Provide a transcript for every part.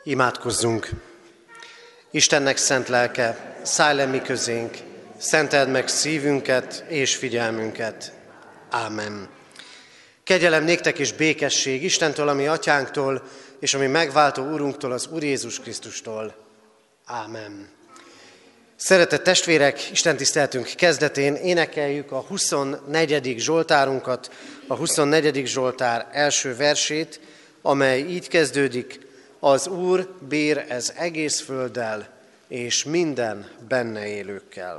Imádkozzunk! Istennek szent lelke, szállj le mi közénk, szenteld meg szívünket és figyelmünket. Ámen. Kegyelem néktek és békesség Istentől, a mi atyánktól, és a mi megváltó Urunktól, az Úr Jézus Krisztustól. Ámen. Szeretett testvérek, istentiszteletünk kezdetén énekeljük a 24. Zsoltárunkat, a 24. Zsoltár első versét, amely így kezdődik: az Úr bír ez egész földdel, és minden benne élőkkel.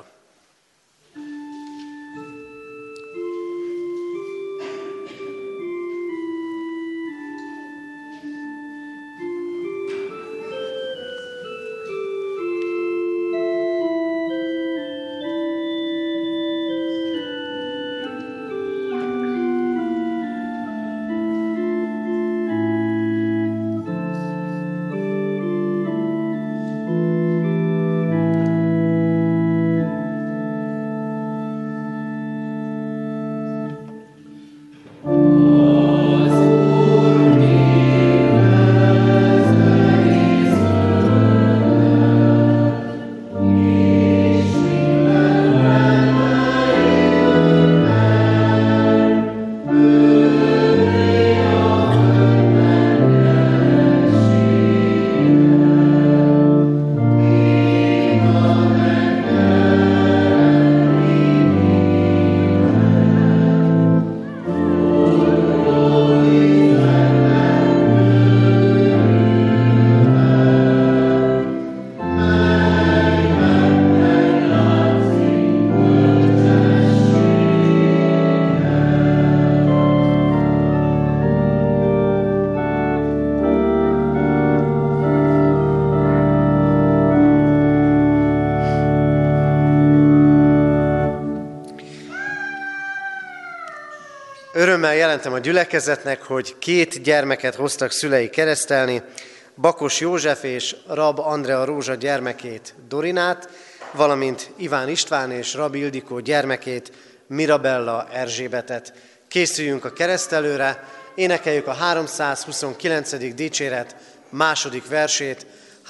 Örömmel jelentem a gyülekezetnek, hogy 2 gyermeket hoztak szülei keresztelni, Bakos József és Rab Andrea Rózsa gyermekét, Dorinát, valamint Iván István és Rab Ildikó gyermekét, Mirabella Erzsébetet. Készüljünk a keresztelőre, énekeljük a 329. dicséret második versét.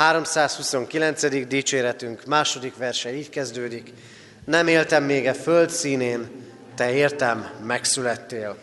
329. dicséretünk második verse így kezdődik: nem éltem még a föld színén, te értem megszülettél.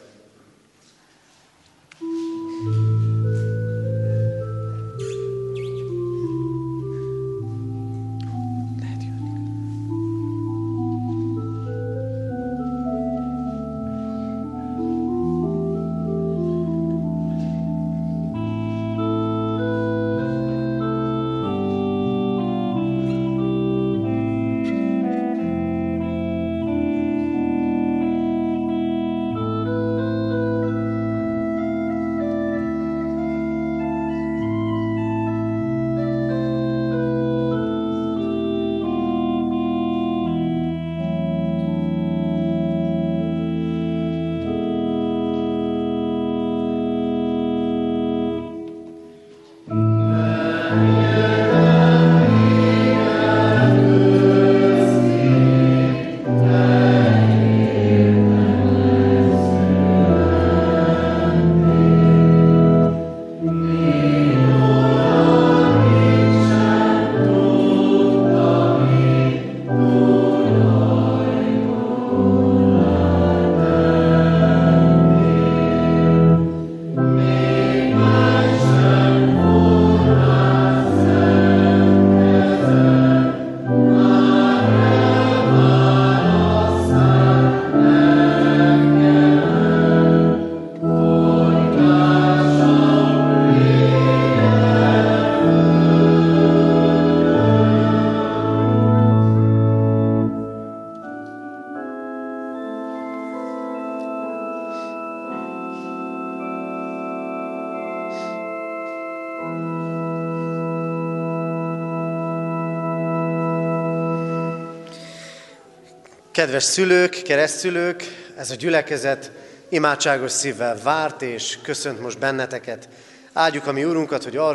Kedves szülők, keresztszülők, ez a gyülekezet imádságos szívvel várt és köszönt most benneteket. Áldjuk a mi Urunkat, hogy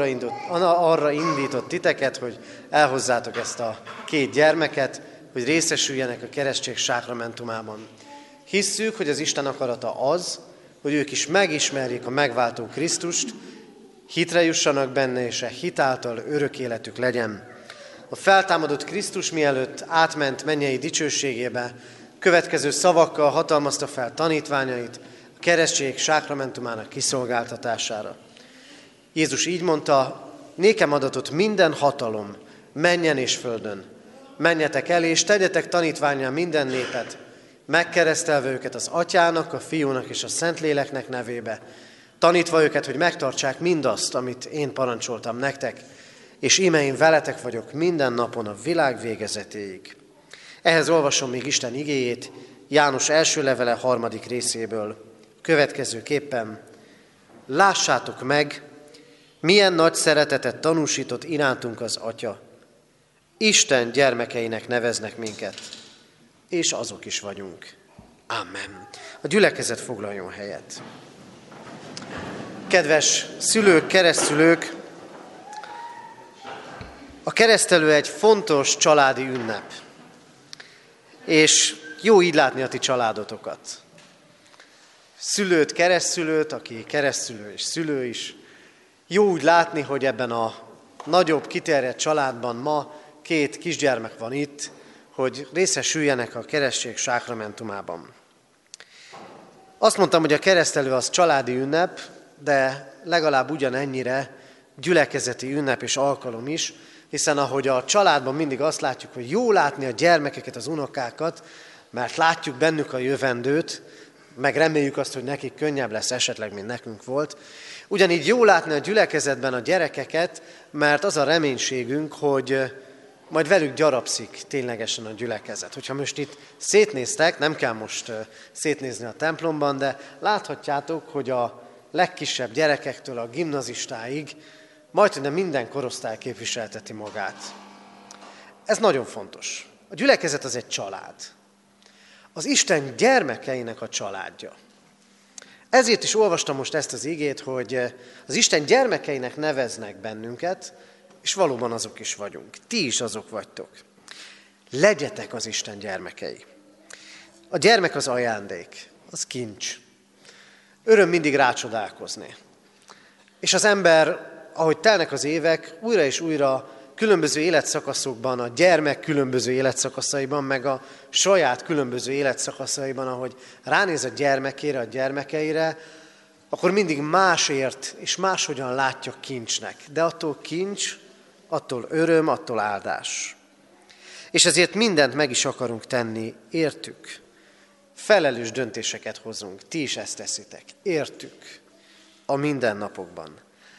arra indított titeket, hogy elhozzátok ezt a 2 gyermeket, hogy részesüljenek a keresztség sákramentumában. Hisszük, hogy az Isten akarata az, hogy ők is megismerjék a megváltó Krisztust, hitre jussanak benne, és a hit által örök életük legyen. A feltámadott Krisztus mielőtt átment mennyei dicsőségébe, következő szavakkal hatalmazta fel tanítványait a keresztség sákramentumának kiszolgáltatására. Jézus így mondta, nékem adatott minden hatalom, mennyen és földön. Menjetek el, és tegyetek tanítvánnyá minden népet, megkeresztelve őket az Atyának, a Fiúnak és a Szentléleknek nevébe, tanítva őket, hogy megtartsák mindazt, amit én parancsoltam nektek, és íme én veletek vagyok minden napon a világ végezetéig. Ehhez olvasom még Isten igéjét, János első levele 3. részéből. Következőképpen, lássátok meg, milyen nagy szeretetet tanúsított irántunk az Atya. Isten gyermekeinek neveznek minket, és azok is vagyunk. Amen. A gyülekezet foglaljon helyet. Kedves szülők, keresztszülők, a keresztelő egy fontos családi ünnep, és jó így látni a ti családotokat. Szülőt, keresztszülőt, aki keresztszülő és szülő is. Jó úgy látni, hogy ebben a nagyobb, kiterjedt családban ma 2 kisgyermek van itt, hogy részesüljenek a keresztség sákramentumában. Azt mondtam, hogy a keresztelő az családi ünnep, de legalább ugyanennyire gyülekezeti ünnep és alkalom is, hiszen ahogy a családban mindig azt látjuk, hogy jó látni a gyermekeket, az unokákat, mert látjuk bennük a jövendőt, meg reméljük azt, hogy nekik könnyebb lesz esetleg, mint nekünk volt. Ugyanígy jó látni a gyülekezetben a gyerekeket, mert az a reménységünk, hogy majd velük gyarapszik ténylegesen a gyülekezet. Hogyha most itt szétnéztek, nem kell most szétnézni a templomban, de láthatjátok, hogy a legkisebb gyerekektől a gimnazistáig majdnem minden korosztály képviselteti magát. Ez nagyon fontos. A gyülekezet az egy család. Az Isten gyermekeinek a családja. Ezért is olvastam most ezt az igét, hogy az Isten gyermekeinek neveznek bennünket, és valóban azok is vagyunk. Ti is azok vagytok. Legyetek az Isten gyermekei. A gyermek az ajándék, az kincs. Öröm mindig rácsodálkozni. És az ember, ahogy telnek az évek, újra és újra különböző életszakaszokban, a gyermek különböző életszakaszaiban, meg a saját különböző életszakaszaiban, ahogy ránéz a gyermekére, a gyermekeire, akkor mindig másért és máshogyan látja kincsnek. De attól kincs, attól öröm, attól áldás. És ezért mindent meg is akarunk tenni, értük. Felelős döntéseket hozunk, ti is ezt teszitek, értük a mindennapokban.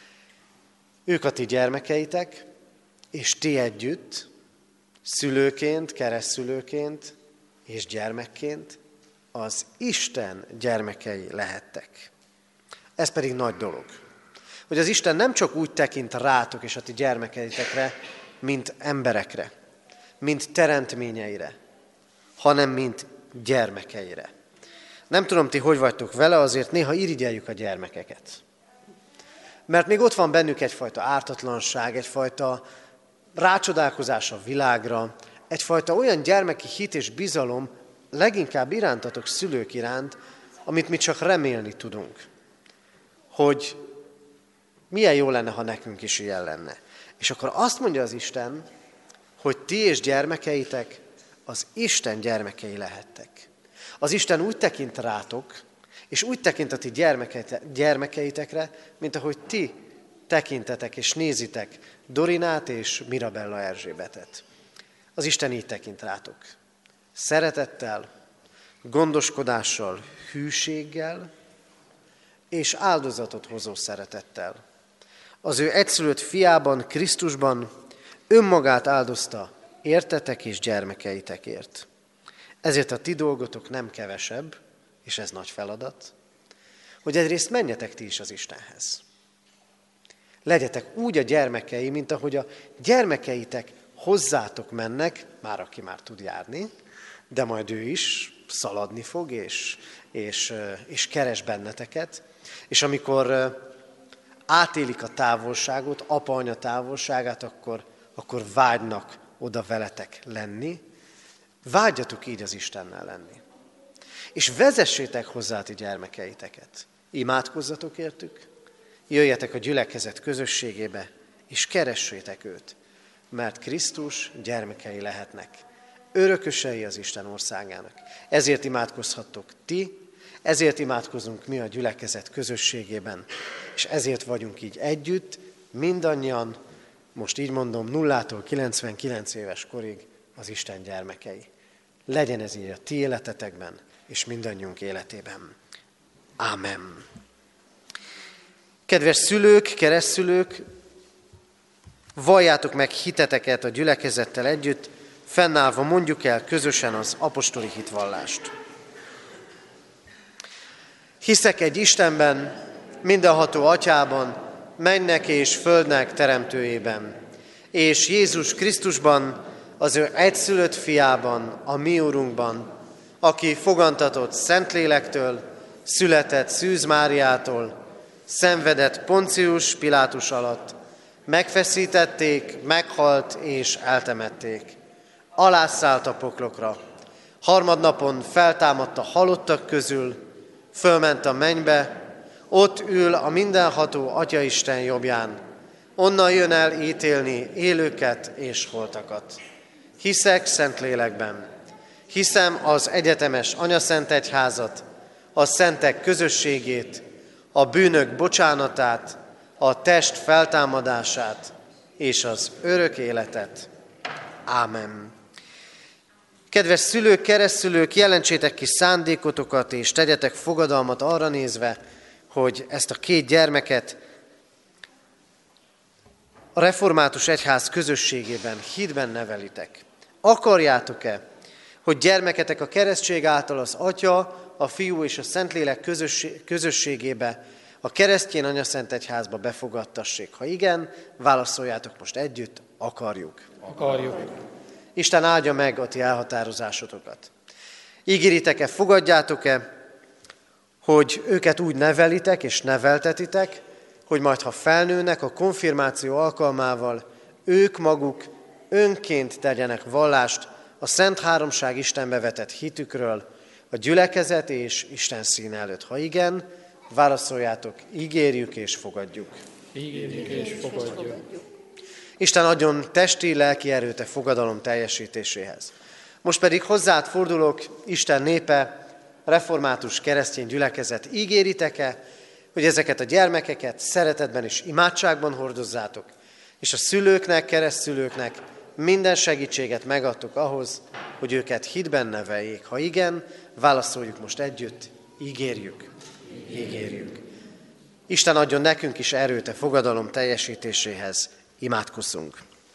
Ők a ti gyermekeitek, és ti együtt, szülőként, keresztszülőként és gyermekként az Isten gyermekei lehettek. Ez pedig nagy dolog, hogy az Isten nem csak úgy tekint rátok és a ti gyermekeitekre, mint emberekre, mint teremtményeire, hanem mint gyermekeire. Nem tudom, ti hogy vagytok vele, azért néha irigyeljük a gyermekeket. Mert még ott van bennük egyfajta ártatlanság, egyfajta rácsodálkozás a világra, egyfajta olyan gyermeki hit és bizalom, leginkább irántatok szülők iránt, amit mi csak remélni tudunk. Hogy milyen jó lenne, ha nekünk is ilyen lenne. És akkor azt mondja az Isten, hogy ti és gyermekeitek az Isten gyermekei lehettek. Az Isten úgy tekint rátok, és úgy tekint a ti gyermekeitekre, mint ahogy ti tekintetek és nézitek Dorinát és Mirabella Erzsébetet. Az Isten így tekint rátok. Szeretettel, gondoskodással, hűséggel és áldozatot hozó szeretettel. Az ő egyszülött fiában, Krisztusban önmagát áldozta értetek és gyermekeitekért. Ezért a ti dolgotok nem kevesebb, és ez nagy feladat, hogy egyrészt menjetek ti is az Istenhez. Legyetek úgy a gyermekei, mint ahogy a gyermekeitek hozzátok mennek, már aki már tud járni, de majd ő is szaladni fog, és keres benneteket. És amikor átélik a távolságot, apa-anya távolságát, akkor vágynak oda veletek lenni. Vágyatok így az Istennel lenni. És vezessétek hozzá ti gyermekeiteket. Imádkozzatok értük, jöjjetek a gyülekezet közösségébe, és keressétek őt, mert Krisztus gyermekei lehetnek, örökösei az Isten országának. Ezért imádkozhattok ti, ezért imádkozunk mi a gyülekezet közösségében, és ezért vagyunk így együtt, mindannyian, most így mondom, 0-tól 99 éves korig az Isten gyermekei. Legyen ez így a ti életetekben, és mindannyiunk életében. Ámen. Kedves szülők, keresztszülők, valljátok meg hiteteket a gyülekezettel együtt, fennállva mondjuk el közösen az apostoli hitvallást. Hiszek egy Istenben, mindenható Atyában, mennek és földnek teremtőjében, és Jézus Krisztusban, az ő egyszülött fiában, a mi Urunkban, aki fogantatott Szentlélektől, született Szűz Máriától, szenvedett Poncius Pilátus alatt, megfeszítették, meghalt és eltemették. Alászállt a poklokra, harmadnapon feltámadt a halottak közül, fölment a mennybe, ott ül a mindenható Atyaisten jobbján, onnan jön el ítélni élőket és holtakat. Hiszek Szentlélekben, hiszem az egyetemes Anyaszent Egyházat, a szentek közösségét, a bűnök bocsánatát, a test feltámadását és az örök életet. Ámen. Kedves szülők, keresztszülők, jelentsétek ki szándékotokat és tegyetek fogadalmat arra nézve, hogy ezt a két gyermeket a református egyház közösségében, hitben nevelitek. Akarjátok-e, hogy gyermeketek a keresztség által az Atya, a Fiú és a Szentlélek közösségébe, a keresztény Anyaszent Egyházba befogadtassék? Ha igen, válaszoljátok most együtt, akarjuk. Akarjuk. Isten áldja meg a ti elhatározásotokat. Ígéritek-e, fogadjátok-e, hogy őket úgy nevelitek és neveltetitek, hogy majd, ha felnőnek, a konfirmáció alkalmával ők maguk önként tegyenek vallást a Szent Háromság Istenbe vetett hitükről, a gyülekezet és Isten színe előtt. Ha igen, válaszoljátok, ígérjük és fogadjuk. Ígérjük és fogadjuk. Isten adjon testi, lelki erőt a fogadalom teljesítéséhez. Most pedig hozzád fordulok, Isten népe, református keresztény gyülekezet, ígéritek-e, hogy ezeket a gyermekeket szeretetben és imádságban hordozzátok, és a szülőknek, keresztszülőknek minden segítséget megadtok ahhoz, hogy őket hitben neveljék. Ha igen, válaszoljuk most együtt, ígérjük. Ígérjük. Isten adjon nekünk is erőt a fogadalom teljesítéséhez. Imádkozzunk.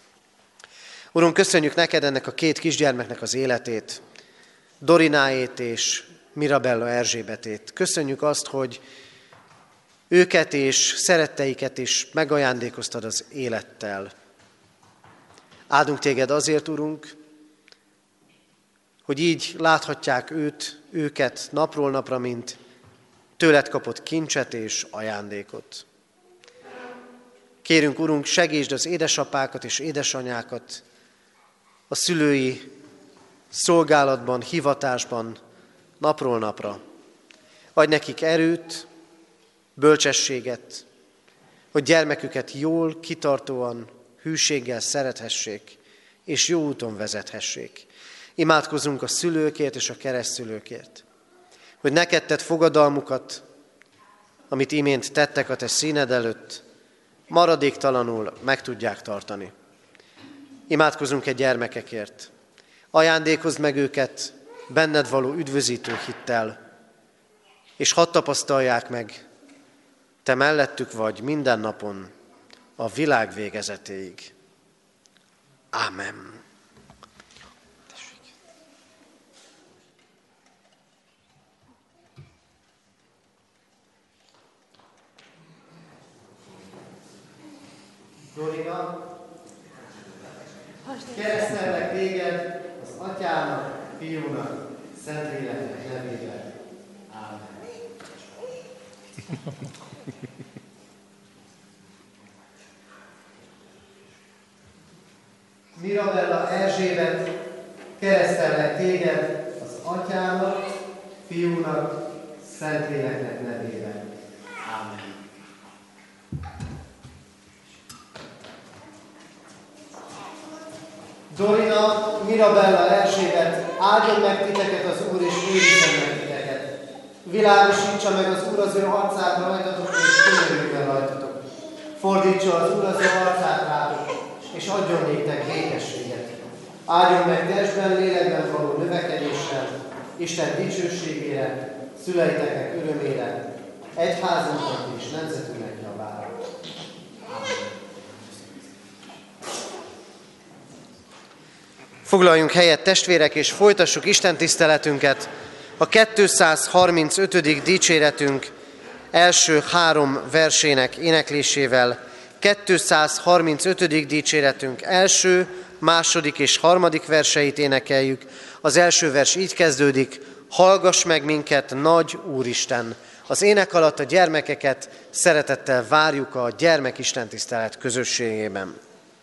Urunk, köszönjük neked ennek a két kisgyermeknek az életét, Dorináét és Mirabella Erzsébetét. Köszönjük azt, hogy őket és szeretteiket is megajándékoztad az élettel. Áldunk téged azért, Urunk, hogy így láthatják őket napról napra, mint tőled kapott kincset és ajándékot. Kérünk, Urunk, segítsd az édesapákat és édesanyákat a szülői szolgálatban, hivatásban, napról napra. Adj nekik erőt, bölcsességet, hogy gyermeküket jól, kitartóan, hűséggel szerethessék, és jó úton vezethessék. Imádkozunk a szülőkért és a keresztszülőkért, hogy neked tett fogadalmukat, amit imént tettek a te színed előtt, maradéktalanul meg tudják tartani. Imádkozunk egy gyermekekért. Ajándékozd meg őket benned való üdvözítő hittel, és hadd tapasztalják meg, te mellettük vagy minden napon, a világ végezetéig. Ámen. Dorina, keresztellek téged az Atyának, Fiúnak, Szentléleknek nevében. Ámen. Mirabella Erzsébet, keresztellek téged az Atyának, Fiúnak, Szentléleknek nevében. Ámen. Dorina, Mirabella, Erzsébet, áldjon meg titeket az Úr, és őrizzen meg titeket. Világosítsa meg az Úr az ő arcát rajtatok, és könyörüljön rajtatok. Fordítsa az Úr az ő arcát rátok, és adjon néktek békességet. Áldjon meg testben, lélekben való növekedéssel, Isten dicsőségére, szüleiteknek örömére, egyházunknak és nemzetünknek javára. Foglaljunk helyet, testvérek, és folytassuk Isten tiszteletünket a 235. dicséretünk első 3 versének éneklésével. 235. dicséretünk első, második és harmadik verseit énekeljük. Az első vers így kezdődik: hallgass meg minket, nagy Úristen! Az ének alatt a gyermekeket szeretettel várjuk a gyermekisten tisztelet közösségében.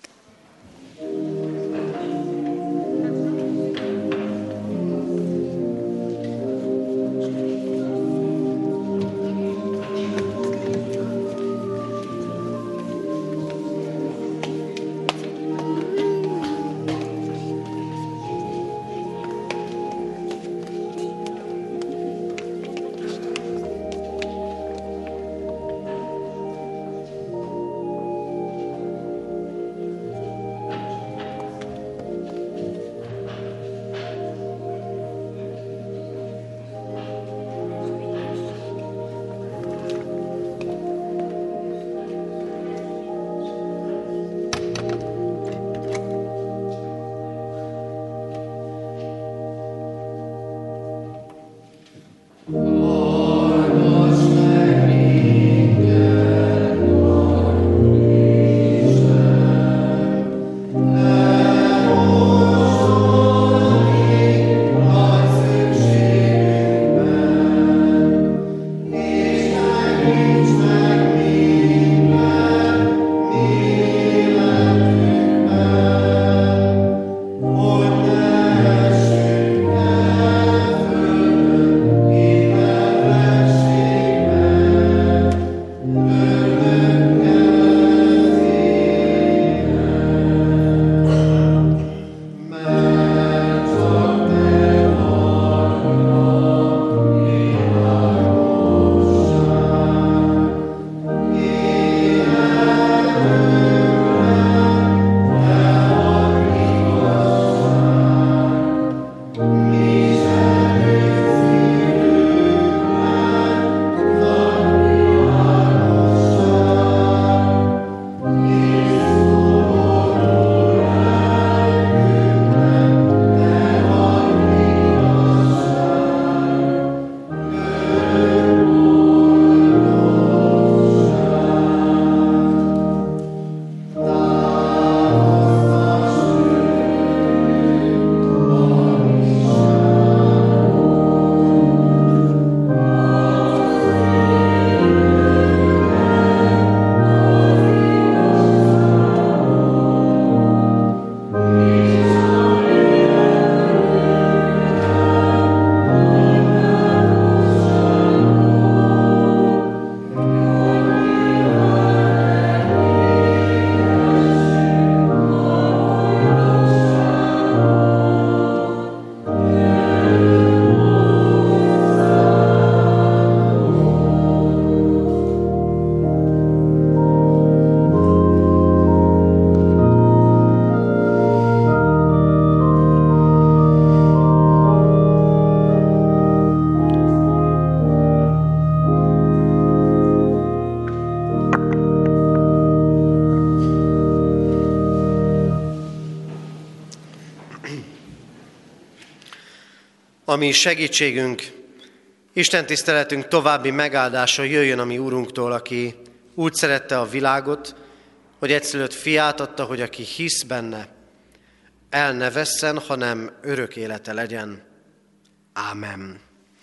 Ami segítségünk, Isten tiszteletünk további megáldása jöjjön a mi Úrunktól, aki úgy szerette a világot, hogy egyszülött fiát adta, hogy aki hisz benne, el ne vesszen, hanem örök élete legyen. Ámen.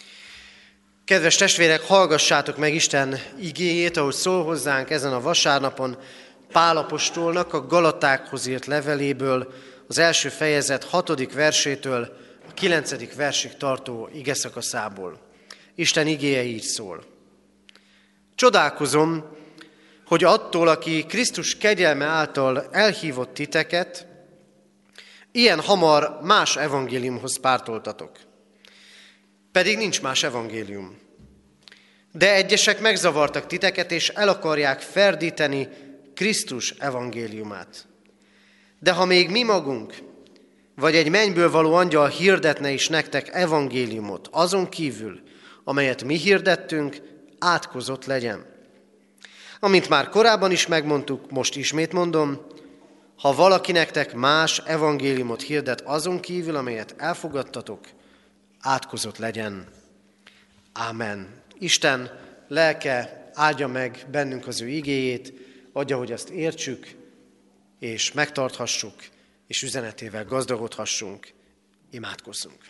Kedves testvérek, hallgassátok meg Isten igéjét, ahogy szól hozzánk ezen a vasárnapon Pál apostolnak a Galatákhoz írt leveléből, az első fejezet 6. versétől a 9. versig tartó igeszakaszából. Isten igéje így szól. Csodálkozom, hogy attól, aki Krisztus kegyelme által elhívott titeket, Ilyen hamar más evangéliumhoz pártoltatok. Pedig nincs más evangélium. De egyesek megzavartak titeket, és el akarják ferdíteni Krisztus evangéliumát. De ha még mi magunk, vagy egy mennyből való angyal hirdetne is nektek evangéliumot, azon kívül, amelyet mi hirdettünk, átkozott legyen. Amint már korábban is megmondtuk, most ismét mondom, ha valaki nektek más evangéliumot hirdet azon kívül, amelyet elfogadtatok, átkozott legyen. Ámen. Isten lelke áldja meg bennünk az ő igéjét, adja, hogy azt értsük, és megtarthassuk, és üzenetével gazdagodhassunk. Imádkozzunk.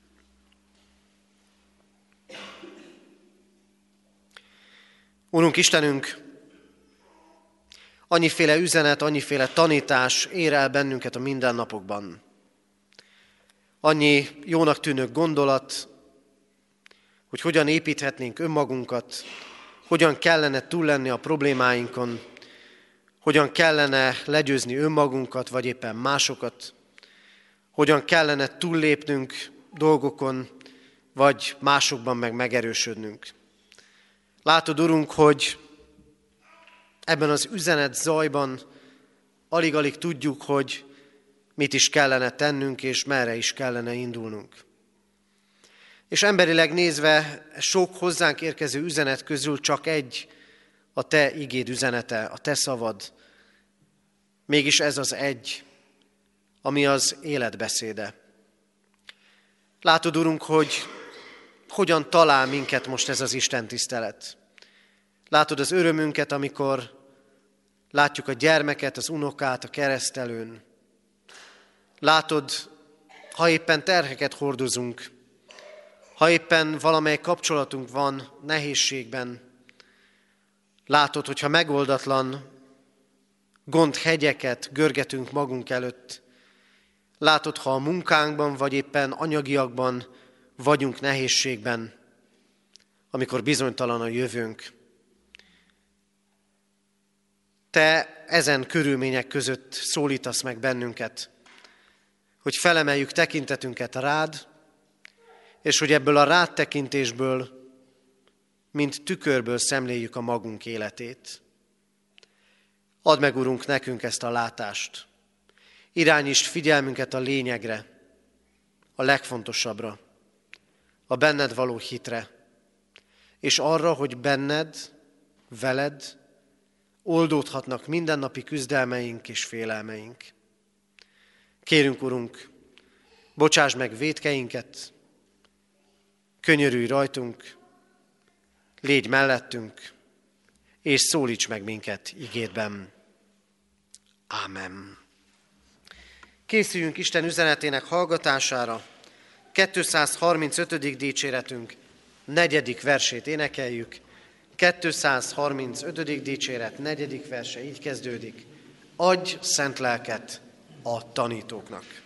Úrunk Istenünk, annyiféle üzenet, annyiféle tanítás ér el bennünket a mindennapokban. Annyi jónak tűnő gondolat, hogy hogyan építhetnénk önmagunkat, hogyan kellene túl lenni a problémáinkon, hogyan kellene legyőzni önmagunkat, vagy éppen másokat, hogyan kellene túllépnünk dolgokon, vagy másokban meg megerősödnünk. Látod, Urunk, hogy ebben az üzenet zajban alig-alig tudjuk, hogy mit is kellene tennünk, és merre is kellene indulnunk. És emberileg nézve sok hozzánk érkező üzenet közül csak egy a Te igéd üzenete, a Te szavad. Mégis ez az egy, ami az életbeszéde. Látod, Urunk, hogy hogyan talál minket most ez az istentisztelet. Látod az örömünket, amikor látjuk a gyermeket, az unokát a keresztelőn. Látod, ha éppen terheket hordozunk, ha éppen valamely kapcsolatunk van nehézségben. Látod, hogyha megoldatlan gondhegyeket görgetünk magunk előtt. Látod, ha a munkánkban, vagy éppen anyagiakban vagyunk nehézségben, amikor bizonytalan a jövőnk. Te ezen körülmények között szólítasz meg bennünket, hogy felemeljük tekintetünket rád, és hogy ebből a rád tekintésből, mint tükörből szemléljük a magunk életét. Add meg, Urunk, nekünk ezt a látást. Irányítsd figyelmünket a lényegre, a legfontosabbra, a benned való hitre, és arra, hogy benned, veled oldódhatnak mindennapi küzdelmeink és félelmeink. Kérünk, Urunk, bocsáss meg vétkeinket, könyörülj rajtunk, légy mellettünk, és szólíts meg minket igédben. Ámen. Készüljünk Isten üzenetének hallgatására. 235. dicséretünk 4. versét énekeljük. 235. dicséret 4. verse így kezdődik. Adj szent lelket a tanítóknak.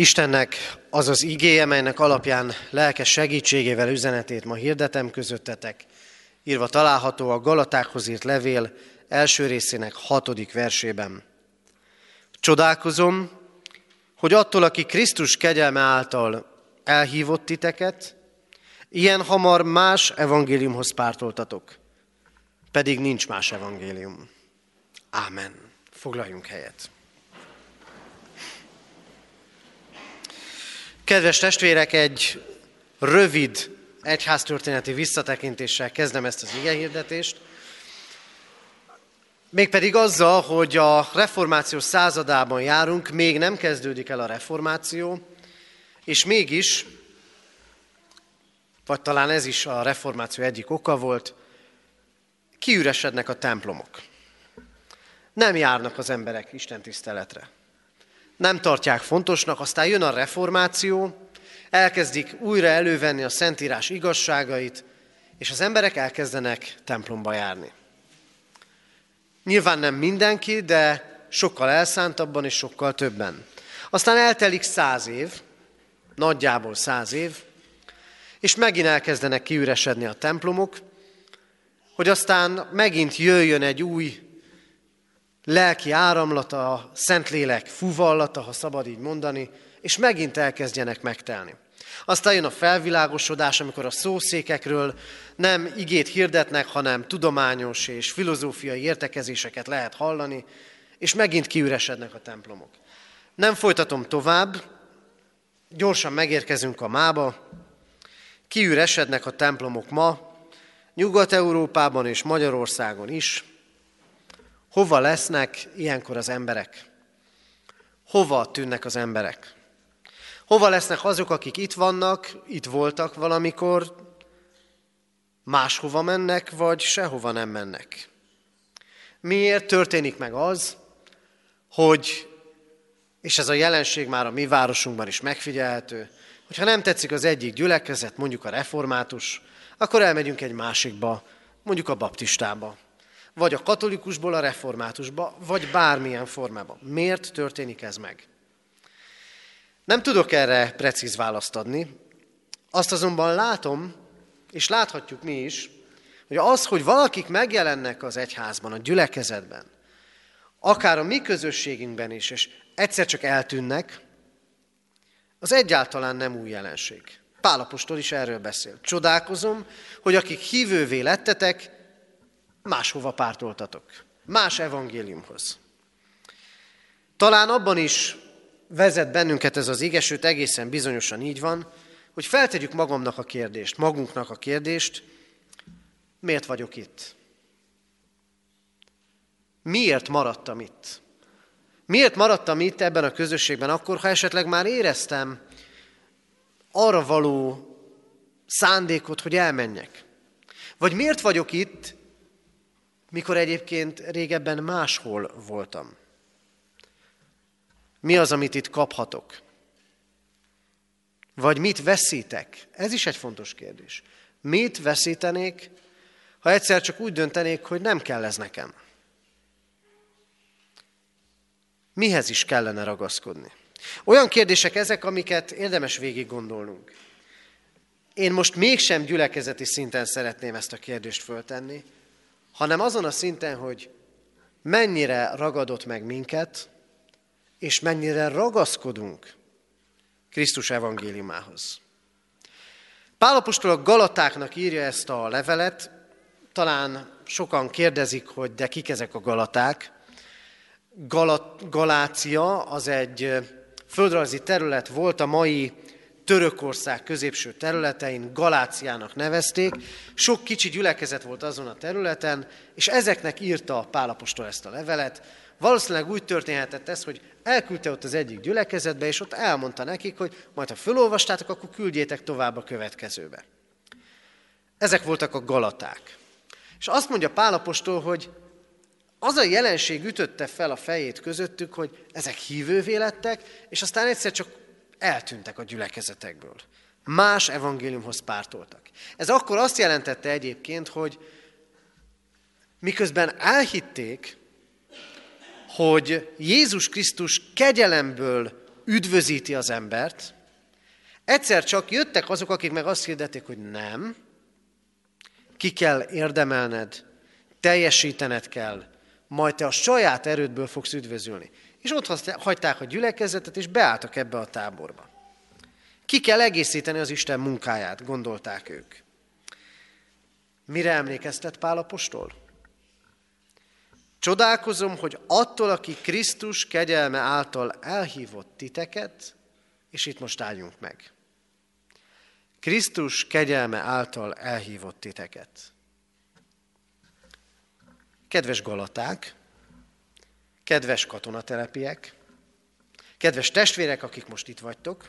Istennek az az igéje, melynek alapján lelke segítségével üzenetét ma hirdetem közöttetek, írva található a Galatákhoz írt levél első részének 6. versében. Csodálkozom, hogy attól, aki Krisztus kegyelme által elhívott titeket, ilyen hamar más evangéliumhoz pártoltatok, pedig nincs más evangélium. Ámen. Foglaljunk helyet. Kedves testvérek, egy rövid egyháztörténeti visszatekintéssel kezdem ezt az igehirdetést. Mégpedig azzal, hogy a reformáció századában járunk, még nem kezdődik el a reformáció, és mégis, vagy talán ez is a reformáció egyik oka volt, kiüresednek a templomok. Nem járnak az emberek istentiszteletre. Nem tartják fontosnak, aztán jön a reformáció, elkezdik újra elővenni a Szentírás igazságait, és az emberek elkezdenek templomba járni. Nyilván nem mindenki, de sokkal elszántabban és sokkal többen. Aztán eltelik 100 év, nagyjából 100 év, és megint elkezdenek kiüresedni a templomok, hogy aztán megint jöjjön egy új lelki áramlata, a Szentlélek fuvallata, ha szabad így mondani, és megint elkezdjenek megtelni. Aztán jön a felvilágosodás, amikor a szószékekről nem igét hirdetnek, hanem tudományos és filozófiai értekezéseket lehet hallani, és megint kiüresednek a templomok. Nem folytatom tovább, gyorsan megérkezünk a mába. Kiüresednek a templomok ma, Nyugat-Európában és Magyarországon is. Hova lesznek ilyenkor az emberek? Hova tűnnek az emberek? Hova lesznek azok, akik itt vannak, itt voltak valamikor, máshova mennek, vagy sehova nem mennek? Miért történik meg az, hogy, és ez a jelenség már a mi városunkban is megfigyelhető, hogyha nem tetszik az egyik gyülekezet, mondjuk a református, akkor elmegyünk egy másikba, mondjuk a baptistába, vagy a katolikusból a reformátusba, vagy bármilyen formában. Miért történik ez meg? Nem tudok erre precíz választ adni, azt azonban látom, és láthatjuk mi is, hogy az, hogy valakik megjelennek az egyházban, a gyülekezetben, akár a mi közösségünkben is, és egyszer csak eltűnnek, az egyáltalán nem új jelenség. Pál apostol is erről beszél. Csodálkozom, hogy akik hívővé lettetek, máshova pártoltatok. Más evangéliumhoz. Talán abban is vezet bennünket ez az ige, sőt egészen bizonyosan így van, hogy feltegyük magunknak a kérdést, miért vagyok itt? Miért maradtam itt? Miért maradtam itt ebben a közösségben akkor, ha esetleg már éreztem arra való szándékot, hogy elmenjek? Vagy miért vagyok itt, mikor egyébként régebben máshol voltam? Mi az, amit itt kaphatok? Vagy mit veszítek? Ez is egy fontos kérdés. Mit veszítenék, ha egyszer csak úgy döntenék, hogy nem kell ez nekem? Mihez is kellene ragaszkodni? Olyan kérdések ezek, amiket érdemes végig gondolnunk. Én most mégsem gyülekezeti szinten szeretném ezt a kérdést föltenni, hanem azon a szinten, hogy mennyire ragadott meg minket, és mennyire ragaszkodunk Krisztus evangéliumához. Pál apostol a Galatáknak írja ezt a levelet, talán sokan kérdezik, hogy de kik ezek a Galaták. Galácia az egy földrajzi terület volt, a mai Törökország középső területein Galáciának nevezték. Sok kicsi gyülekezet volt azon a területen, és ezeknek írta Pál apostol ezt a levelet. Valószínűleg úgy történhetett ez, hogy elküldte ott az egyik gyülekezetbe, és ott elmondta nekik, hogy majd ha felolvastátok, akkor küldjétek tovább a következőbe. Ezek voltak a Galaták. És azt mondja Pál apostol, hogy az a jelenség ütötte fel a fejét közöttük, hogy ezek hívővé lettek, és aztán egyszer csak eltűntek a gyülekezetekből. Más evangéliumhoz pártoltak. Ez akkor azt jelentette egyébként, hogy miközben elhitték, hogy Jézus Krisztus kegyelemből üdvözíti az embert, egyszer csak jöttek azok, akik meg azt hirdették, hogy nem, ki kell érdemelned, teljesítened kell, majd te a saját erődből fogsz üdvözülni. És ott hagyták a gyülekezetet, és beálltak ebbe a táborba. Ki kell egészíteni az Isten munkáját, gondolták ők. Mire emlékeztet Pál apostol? Csodálkozom, hogy attól, aki Krisztus kegyelme által elhívott titeket, és itt most álljunk meg. Krisztus kegyelme által elhívott titeket. Kedves galaták, kedves katonatelepiek, kedves testvérek, akik most itt vagytok,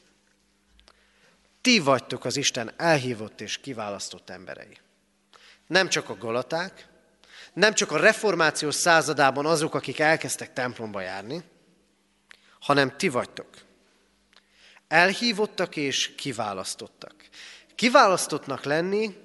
ti vagytok az Isten elhívott és kiválasztott emberei. Nem csak a galaták, nem csak a reformáció századában azok, akik elkezdtek templomba járni, hanem ti vagytok. Elhívottak és kiválasztottak. Kiválasztottnak lenni,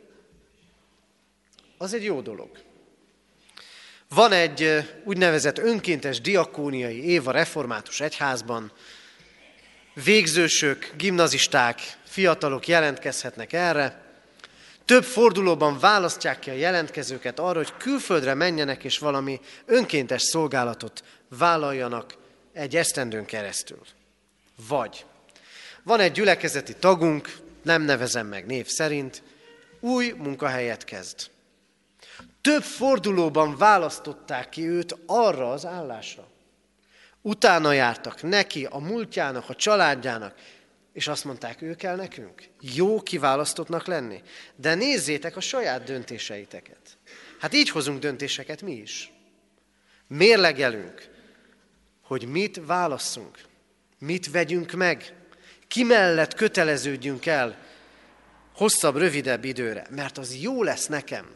az egy jó dolog. Van egy úgynevezett önkéntes diakóniai év a református egyházban. Végzősök, gimnazisták, fiatalok jelentkezhetnek erre. Több fordulóban választják ki a jelentkezőket arra, hogy külföldre menjenek és valami önkéntes szolgálatot vállaljanak egy esztendőn keresztül. Vagy van egy gyülekezeti tagunk, nem nevezem meg név szerint, új munkahelyet kezd. Több fordulóban választották ki őt arra az állásra. Utána jártak neki, a múltjának, a családjának, és azt mondták, ő kell nekünk. Jó kiválasztottnak lenni. De nézzétek a saját döntéseiteket. Hát így hozunk döntéseket mi is. Mérlegelünk, hogy mit válasszunk, mit vegyünk meg, ki mellett köteleződjünk el hosszabb, rövidebb időre, mert az jó lesz nekem.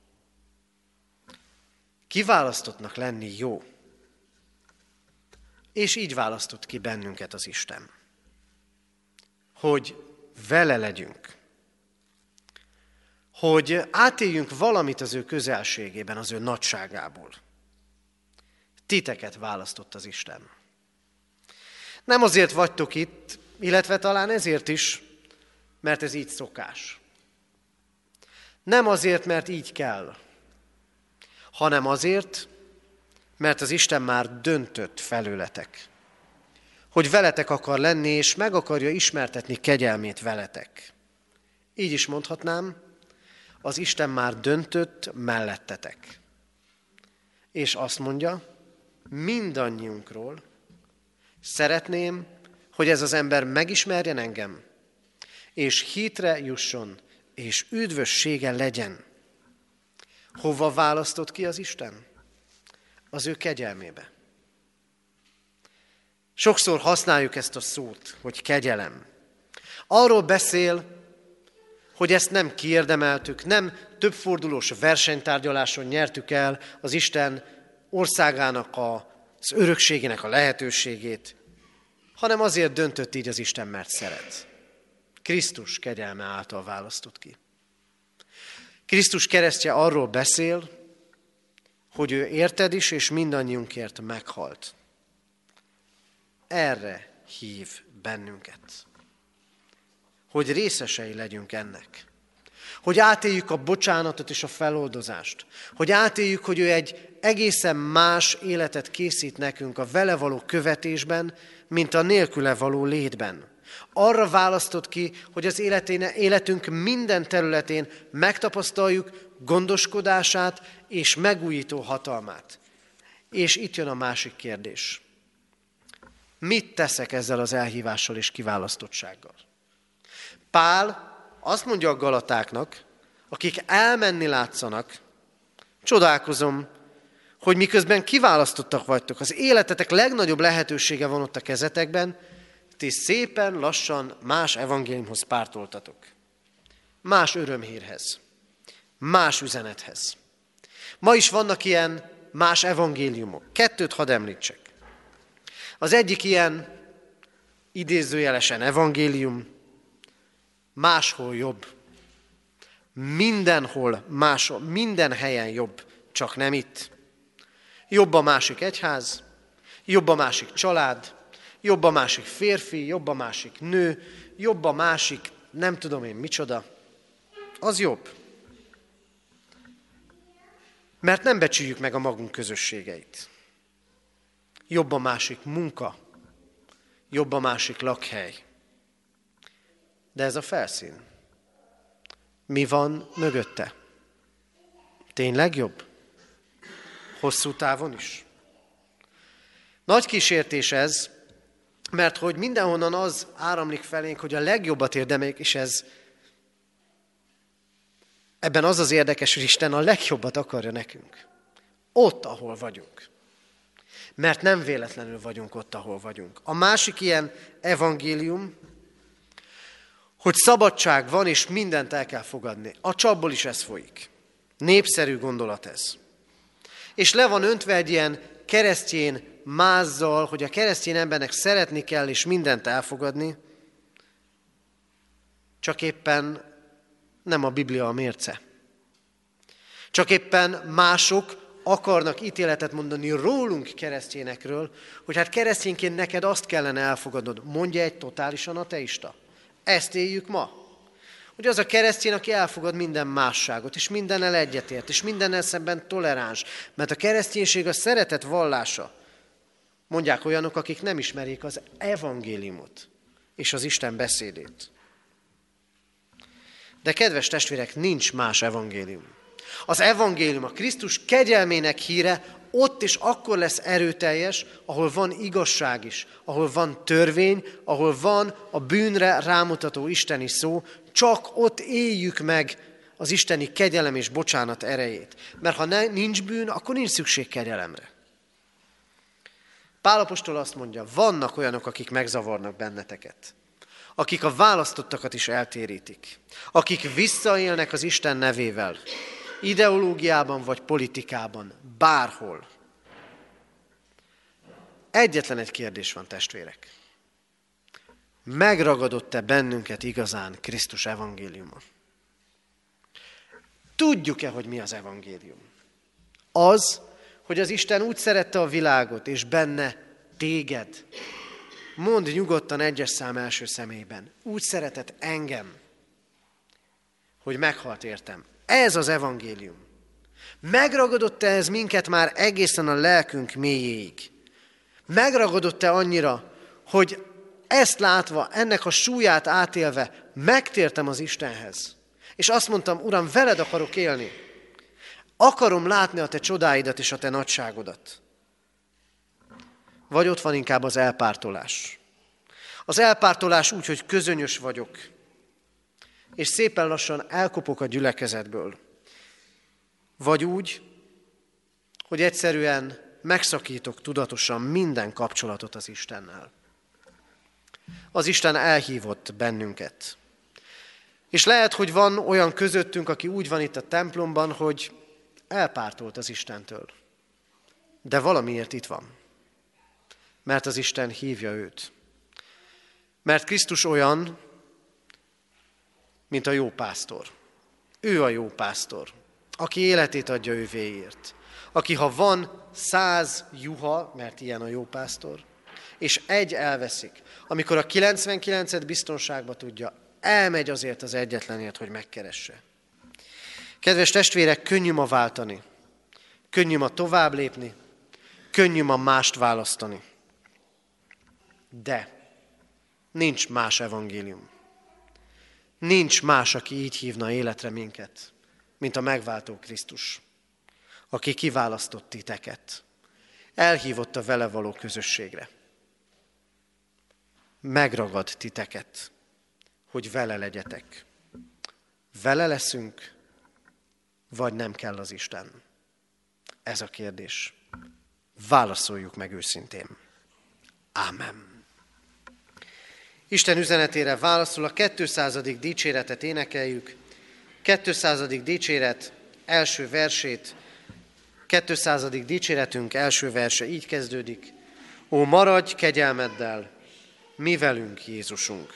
Kiválasztottnak lenni jó. És így választott ki bennünket az Isten. Hogy vele legyünk. Hogy átéljünk valamit az ő közelségében, az ő nagyságából. Titeket választott az Isten. Nem azért vagytok itt, illetve talán ezért is, mert ez így szokás. Nem azért, mert így kell, hanem azért, mert az Isten már döntött felőletek. Hogy veletek akar lenni, és meg akarja ismertetni kegyelmét veletek. Így is mondhatnám, az Isten már döntött mellettetek. És azt mondja, mindannyiunkról, szeretném, hogy ez az ember megismerjen engem, és hitre jusson, és üdvössége legyen. Hova választott ki az Isten? Az ő kegyelmébe. Sokszor használjuk ezt a szót, hogy kegyelem. Arról beszél, hogy ezt nem kiérdemeltük, nem többfordulós versenytárgyaláson nyertük el az Isten országának az örökségének a lehetőségét, hanem azért döntött így az Isten, mert szeret. Krisztus kegyelme által választott ki. Krisztus keresztje arról beszél, hogy ő érted is, és mindannyiunkért meghalt. Erre hív bennünket. Hogy részesei legyünk ennek. Hogy átéljük a bocsánatot és a feloldozást. Hogy átéljük, hogy ő egy egészen más életet készít nekünk a vele való követésben, mint a nélküle való létben. Arra választott ki, hogy az életünk minden területén megtapasztaljuk gondoskodását és megújító hatalmát. És itt jön a másik kérdés. Mit teszek ezzel az elhívással és kiválasztottsággal? Pál azt mondja a galatáknak, akik elmenni látszanak, csodálkozom, hogy miközben kiválasztottak vagytok, az életetek legnagyobb lehetősége van ott a kezetekben, ti szépen lassan más evangéliumhoz pártoltatok. Más örömhírhez, más üzenethez. Ma is vannak ilyen más evangéliumok. 2 hadd említsek. Az egyik ilyen idézőjelesen evangélium, máshol jobb. Mindenhol máshol, minden helyen jobb, csak nem itt. Jobb a másik egyház, jobb a másik család, Jobb a másik férfi, jobb a másik nő, jobb a másik nem tudom én micsoda. Az jobb. Mert nem becsüljük meg a magunk közösségeit. Jobb a másik munka, jobb a másik lakhely. De ez a felszín. Mi van mögötte? Tényleg jobb? Hosszú távon is? Nagy kísértés ez, mert hogy mindenhonnan az áramlik felénk, hogy a legjobbat érdemeljük, és ebben az az érdekes, hogy Isten a legjobbat akarja nekünk. Ott, ahol vagyunk. Mert nem véletlenül vagyunk ott, ahol vagyunk. A másik ilyen evangélium, hogy szabadság van, és mindent el kell fogadni. A csapból is ez folyik. Népszerű gondolat ez. És le van öntve egy ilyen keresztény mázzal, hogy a keresztény embernek szeretni kell, és mindent elfogadni, csak éppen nem a Biblia a mérce. Csak éppen mások akarnak ítéletet mondani rólunk keresztényekről, hogy hát keresztényként neked azt kellene elfogadnod. Mondja egy totálisan ateista. Ezt éljük ma. Hogy az a keresztény, aki elfogad minden másságot, és mindennel egyetért, és mindennel szemben toleráns. Mert a kereszténység a szeretet vallása. Mondják olyanok, akik nem ismerik az evangéliumot és az Isten beszédét. De kedves testvérek, nincs más evangélium. Az evangélium, a Krisztus kegyelmének híre ott és akkor lesz erőteljes, ahol van igazság is, ahol van törvény, ahol van a bűnre rámutató isteni szó, csak ott éljük meg az isteni kegyelem és bocsánat erejét. Mert ha nincs bűn, akkor nincs szükség kegyelemre. Pál apostol azt mondja, vannak olyanok, akik megzavarnak benneteket, akik a választottakat is eltérítik, akik visszaélnek az Isten nevével, ideológiában vagy politikában, bárhol. Egyetlen egy kérdés van, testvérek. Megragadott-e bennünket igazán Krisztus evangéliuma? Tudjuk-e, hogy mi az evangélium? Az, hogy az Isten úgy szerette a világot, és benne téged. Mondd nyugodtan 1. szám első személyben. Úgy szeretett engem, hogy meghalt értem. Ez az evangélium. Megragadott-e ez minket már egészen a lelkünk mélyéig? Megragadott-e annyira, hogy ezt látva, ennek a súlyát átélve, megtértem az Istenhez. És azt mondtam, Uram, veled akarok élni. Akarom látni a te csodáidat és a te nagyságodat. Vagy ott van inkább az elpártolás. Az elpártolás úgy, hogy közönyös vagyok, és szépen lassan elkopok a gyülekezetből. Vagy úgy, hogy egyszerűen megszakítok tudatosan minden kapcsolatot az Istennel. Az Isten elhívott bennünket. És lehet, hogy van olyan közöttünk, aki úgy van itt a templomban, hogy elpártolt az Istentől. De valamiért itt van. Mert az Isten hívja őt. Mert Krisztus olyan, mint a jó pásztor. Ő a jó pásztor, aki életét adja ővéért. Aki ha van 100 juha, mert ilyen a jó pásztor, és egy elveszik, amikor a 99-et biztonságba tudja, elmegy azért az egyetlenért, hogy megkeresse. Kedves testvérek, könnyű ma váltani, könnyű ma tovább lépni, könnyű ma mást választani. De nincs más evangélium. Nincs más, aki így hívna életre minket, mint a megváltó Krisztus, aki kiválasztott titeket, elhívott a vele való közösségre. Megragad titeket, hogy vele legyetek. Vele leszünk, vagy nem kell az Isten? Ez a kérdés. Válaszoljuk meg őszintén. Ámen. Isten üzenetére válaszol a 200. dicséretet énekeljük. 200. dicséret első versét, 200. dicséretünk első verse így kezdődik. Ó, maradj kegyelmeddel, mi velünk, Jézusunk.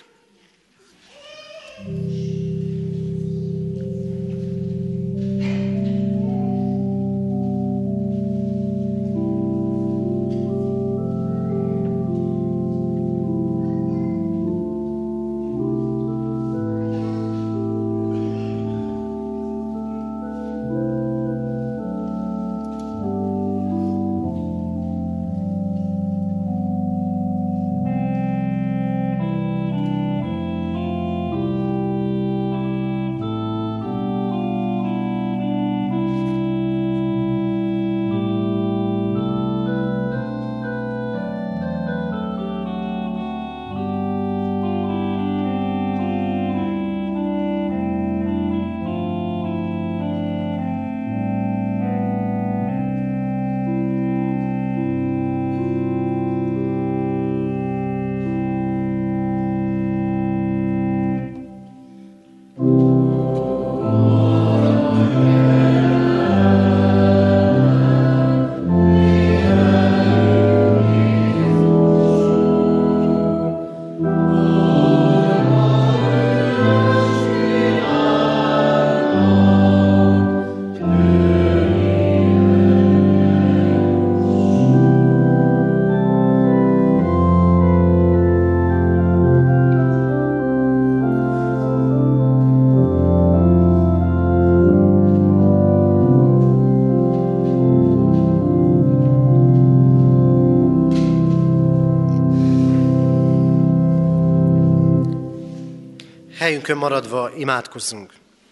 Helyünkön maradva imádkozzunk.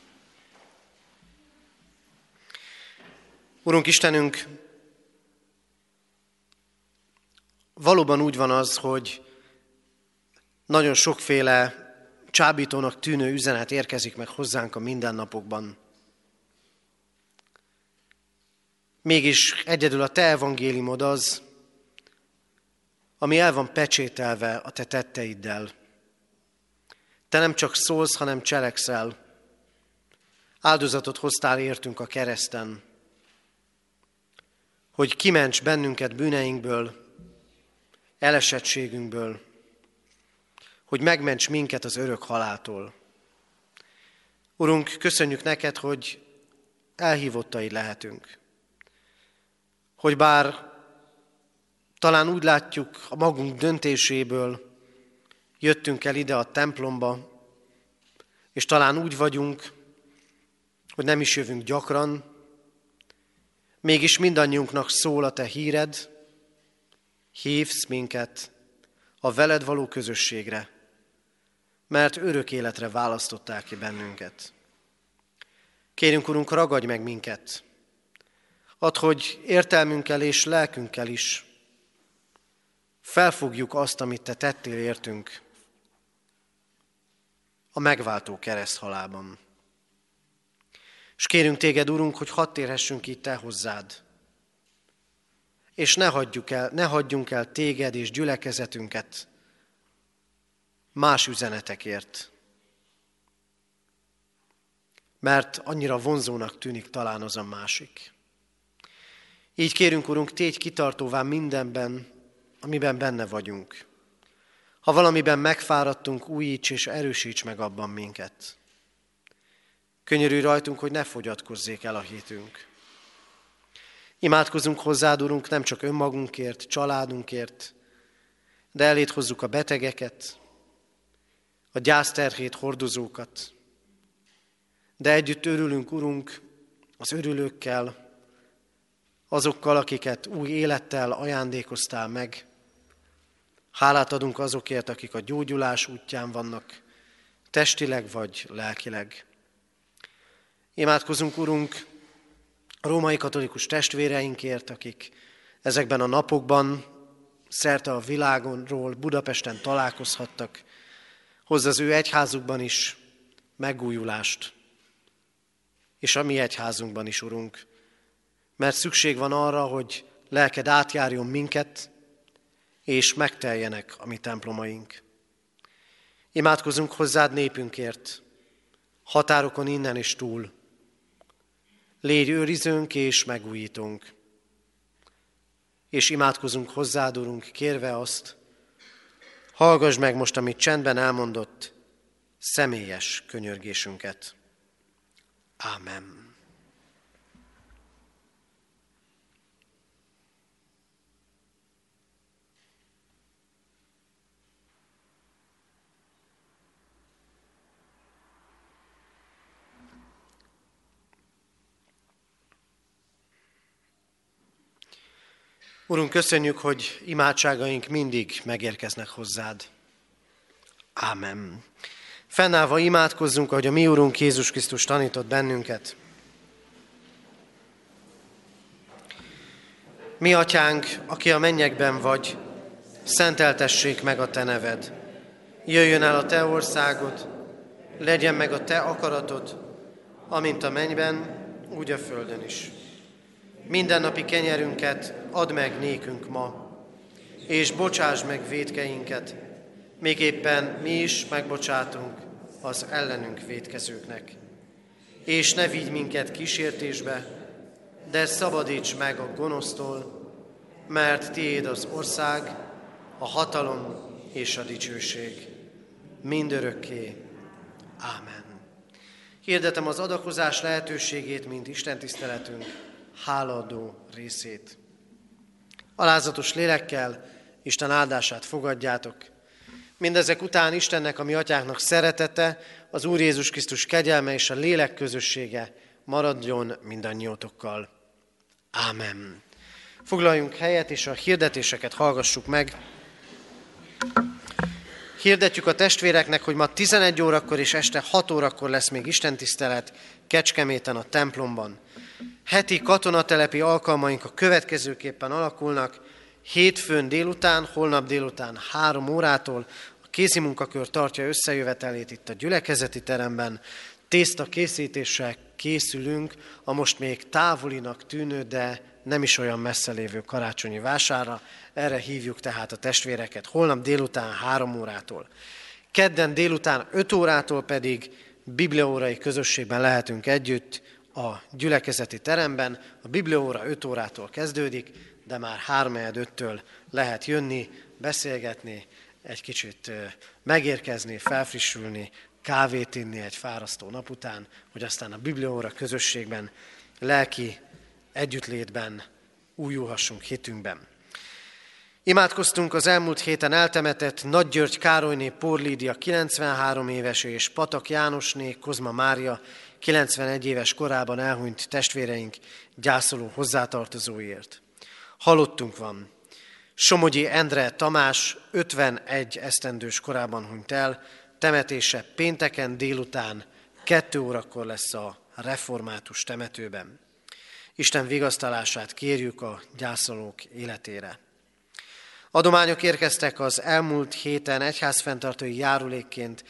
Urunk Istenünk, valóban úgy van az, hogy nagyon sokféle csábítónak tűnő üzenet érkezik meg hozzánk a mindennapokban. Mégis egyedül a Te evangéliumod az, ami el van pecsételve a Te tetteiddel. Te nem csak szólsz, hanem cselekszel. Áldozatot hoztál értünk a kereszten, hogy kiments bennünket bűneinkből, elesettségünkből, hogy megments minket az örök haláltól. Urunk, köszönjük neked, hogy elhívottai lehetünk. Hogy bár talán úgy látjuk a magunk döntéséből, jöttünk el ide a templomba, és talán úgy vagyunk, hogy nem is jövünk gyakran, mégis mindannyiunknak szól a Te híred, hívsz minket a veled való közösségre, mert örök életre választottál ki bennünket. Kérünk, Urunk, ragadj meg minket, add, hogy értelmünkkel és lelkünkkel is felfogjuk azt, amit Te tettél értünk a megváltó kereszthalálban. És kérünk Téged, Urunk, hogy hadd térhessünk így Te hozzád, és ne hagyjunk el Téged és gyülekezetünket más üzenetekért, mert annyira vonzónak tűnik talán az a másik. Így kérünk, Urunk, tégy kitartóvá mindenben, amiben benne vagyunk. Ha valamiben megfáradtunk, újíts és erősíts meg abban minket. Könyörülj rajtunk, hogy ne fogyatkozzék el a hitünk. Imádkozunk hozzád, Urunk, nem csak önmagunkért, családunkért, de eléd hozzuk a betegeket, a gyászterhét hordozókat, de együtt örülünk, Urunk, az örülőkkel, azokkal, akiket új élettel ajándékoztál meg. Hálát adunk azokért, akik a gyógyulás útján vannak, testileg vagy lelkileg. Imádkozunk, Urunk, a római katolikus testvéreinkért, akik ezekben a napokban szerte a világonról Budapesten találkozhattak, hozz az ő egyházukban is megújulást, és a mi egyházunkban is, Urunk, mert szükség van arra, hogy lelked átjárjon minket, és megteljenek a mi templomaink. Imádkozunk hozzád népünkért, határokon innen és túl. Légy őrizőnk és megújítunk. És imádkozunk hozzád, Urunk, kérve azt, hallgass meg most, amit csendben elmondott, személyes könyörgésünket. Ámen. Urunk, köszönjük, hogy imádságaink mindig megérkeznek hozzád. Ámen. Fennállva imádkozzunk, ahogy a mi Urunk Jézus Krisztus tanított bennünket. Mi atyánk, aki a mennyekben vagy, szenteltessék meg a te neved. Jöjjön el a te országod, legyen meg a te akaratod, amint a mennyben, úgy a földön is. Mindennapi kenyerünket add meg nékünk ma, és bocsáss meg vétkeinket, még éppen mi is megbocsátunk az ellenünk vétkezőknek. És ne vigy minket kísértésbe, de szabadíts meg a gonosztól, mert tiéd az ország, a hatalom és a dicsőség mindörökké. Ámen. Hirdetem az adakozás lehetőségét, mint istentiszteletünk hálaadó részét. Alázatos lélekkel Isten áldását fogadjátok. Mindezek után Istennek, a mi atyánknak szeretete, az Úr Jézus Krisztus kegyelme és a lélek közössége maradjon mindannyiótokkal. Ámen. Foglaljunk helyet, és a hirdetéseket hallgassuk meg. Hirdetjük a testvéreknek, hogy ma 11 órakor és este 6 órakor lesz még istentisztelet Kecskeméten a templomban. Heti katonatelepi alkalmaink a következőképpen alakulnak. Hétfőn délután, holnap délután 3 órától a kézimunkakör tartja összejövetelét itt a gyülekezeti teremben. Tészta készítéssel készülünk a most még távolinak tűnő, de nem is olyan messze lévő karácsonyi vásárra. Erre hívjuk tehát a testvéreket. Holnap délután 3 órától. Kedden délután 5 órától pedig bibliaórai közösségben lehetünk együtt a gyülekezeti teremben. A bibliaóra 5 órától kezdődik, de már 3-5-től lehet jönni, beszélgetni, egy kicsit megérkezni, felfrissülni, kávét inni egy fárasztó nap után, hogy aztán a bibliaóra közösségben, lelki együttlétben újulhassunk hitünkben. Imádkoztunk az elmúlt héten eltemetett Nagy György Károlyné Pór Lídia 93 éves és Patak Jánosné Kozma Mária 91 éves korában elhunyt testvéreink gyászoló hozzátartozóiért. Halottunk van. Somogyi Endre Tamás 51 esztendős korában hunyt el, temetése pénteken délután 2 órakor lesz a református temetőben. Isten vigasztalását kérjük a gyászolók életére. Adományok érkeztek az elmúlt héten egyházfenntartói járulékként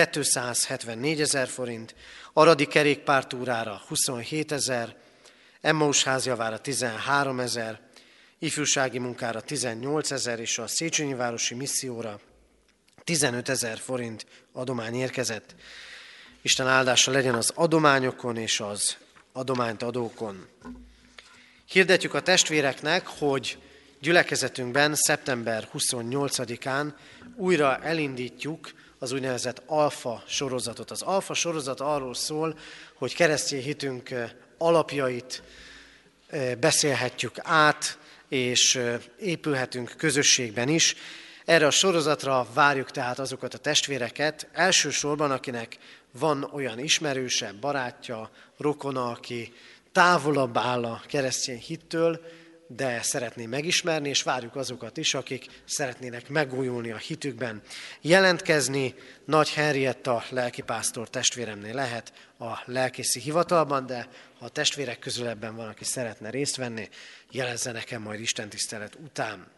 274 000 forint, aradi kerékpártúrára 27 000, Emmaus házjavára 13 000, ifjúsági munkára 18 000 és a Széchenyi városi misszióra 15 000 forint adomány érkezett. Isten áldása legyen az adományokon és az adományt adókon. Hirdetjük a testvéreknek, hogy gyülekezetünkben szeptember 28-án újra elindítjuk az úgynevezett Alfa sorozatot. Az Alfa sorozat arról szól, hogy keresztény hitünk alapjait beszélhetjük át, és épülhetünk közösségben is. Erre a sorozatra várjuk tehát azokat a testvéreket, elsősorban akinek van olyan ismerőse, barátja, rokona, aki távolabb áll a keresztény hittől, de szeretné megismerni, és várjuk azokat is, akik szeretnének megújulni a hitükben. Jelentkezni Nagy Henrietta lelkipásztor testvéremnél lehet a lelkészi hivatalban, de ha a testvérek közül ebben van, aki szeretne részt venni, jelezze nekem majd istentisztelet után.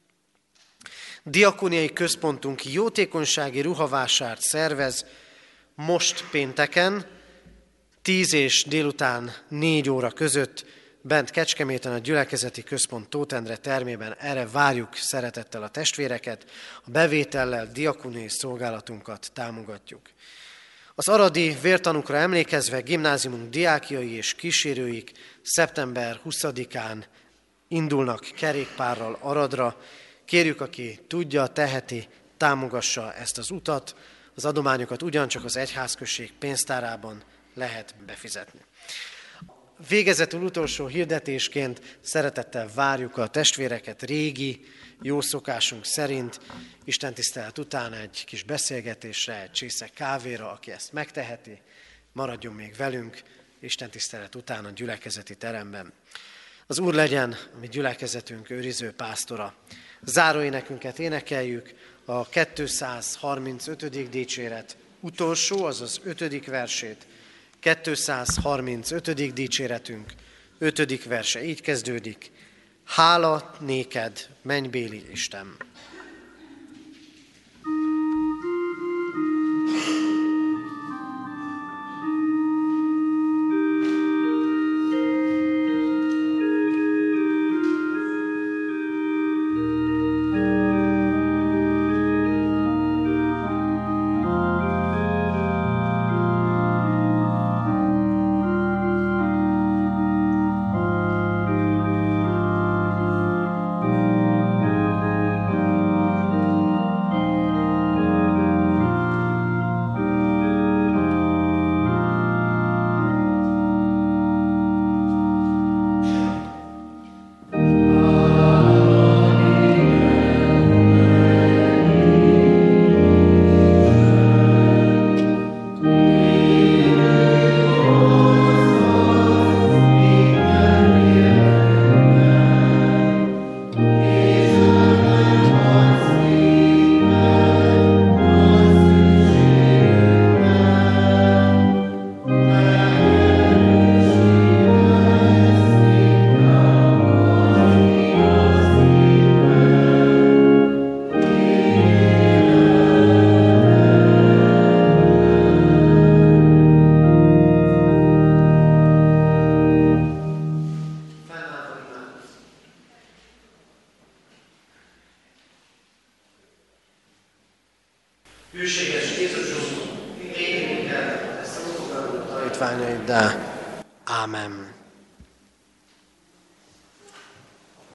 Diakóniai központunk jótékonysági ruhavásárt szervez most pénteken, 10 és délután 4 óra között bent Kecskeméten a gyülekezeti központ Tóth Endre termében. Erre várjuk szeretettel a testvéreket, a bevétellel diakóniai szolgálatunkat támogatjuk. Az aradi vértanúkra emlékezve gimnáziumunk diákjai és kísérőik szeptember 20-án indulnak kerékpárral Aradra. Kérjük, aki tudja, teheti, támogassa ezt az utat. Az adományokat ugyancsak az egyházközség pénztárában lehet befizetni. Végezetül utolsó hirdetésként szeretettel várjuk a testvéreket régi, jó szokásunk szerint, istentisztelet után egy kis beszélgetésre, egy csésze kávéra, aki ezt megteheti, maradjon még velünk, istentisztelet után a gyülekezeti teremben. Az Úr legyen a mi gyülekezetünk őriző pásztora. Záróénekünket énekeljük, a 235. dicséret utolsó, azaz 5. versét. 235. dicséretünk 5. verse így kezdődik. Hála néked, mennybéli Isten! Hűséges Jézusom, védj minket ezt a fogadó tanítványaiddá. Ámen.